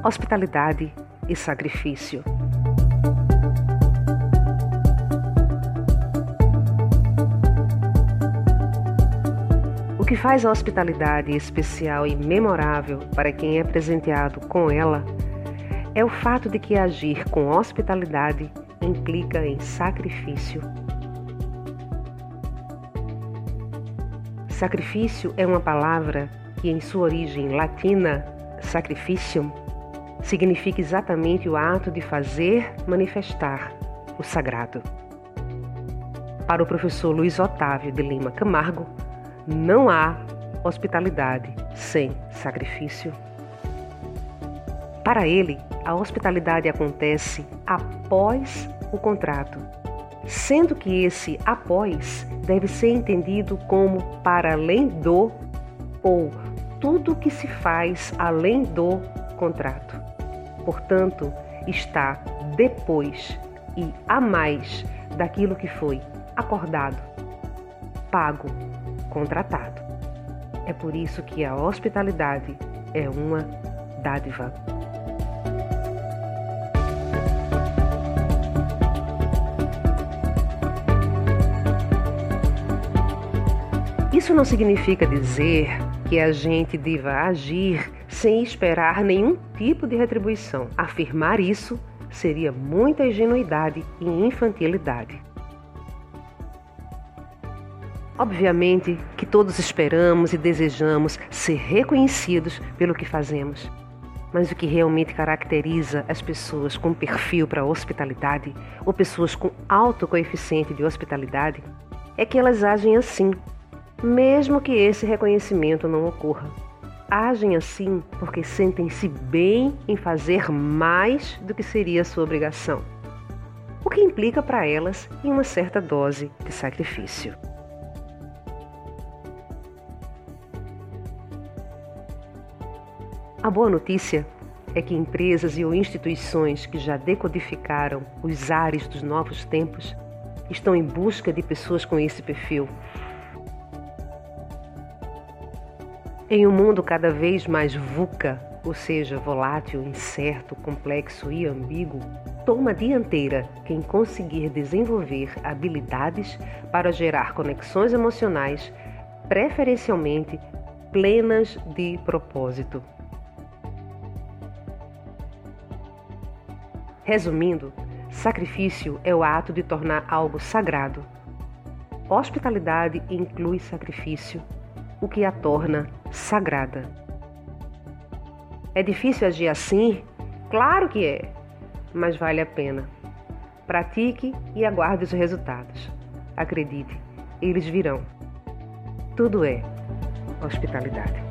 hospitalidade e sacrifício. O que faz a hospitalidade especial e memorável para quem é presenteado com ela é o fato de que agir com hospitalidade implica em sacrifício. Sacrifício é uma palavra que, em sua origem latina, sacrificium, significa exatamente o ato de fazer manifestar o sagrado. Para o professor Luiz Otávio de Lima Camargo, não há hospitalidade sem sacrifício. Para ele, a hospitalidade acontece após o contrato, sendo que esse após deve ser entendido como para além do ou tudo que se faz além do contrato. Portanto, está depois e a mais daquilo que foi acordado, pago, contratado. É por isso que a hospitalidade é uma dádiva. Isso não significa dizer que a gente deva agir sem esperar nenhum tipo de retribuição. Afirmar isso seria muita ingenuidade e infantilidade. Obviamente que todos esperamos e desejamos ser reconhecidos pelo que fazemos. Mas o que realmente caracteriza as pessoas com perfil para hospitalidade ou pessoas com alto coeficiente de hospitalidade é que elas agem assim, mesmo que esse reconhecimento não ocorra. Agem assim porque sentem-se bem em fazer mais do que seria sua obrigação, o que implica para elas em uma certa dose de sacrifício. A boa notícia é que empresas e ou instituições que já decodificaram os ares dos novos tempos estão em busca de pessoas com esse perfil. Em um mundo cada vez mais VUCA, ou seja, volátil, incerto, complexo e ambíguo, toma a dianteira quem conseguir desenvolver habilidades para gerar conexões emocionais, preferencialmente plenas de propósito. Resumindo, sacrifício é o ato de tornar algo sagrado. Hospitalidade inclui sacrifício, o que a torna sagrada. É difícil agir assim? Claro que é, mas vale a pena. Pratique e aguarde os resultados. Acredite, eles virão. Tudo é hospitalidade.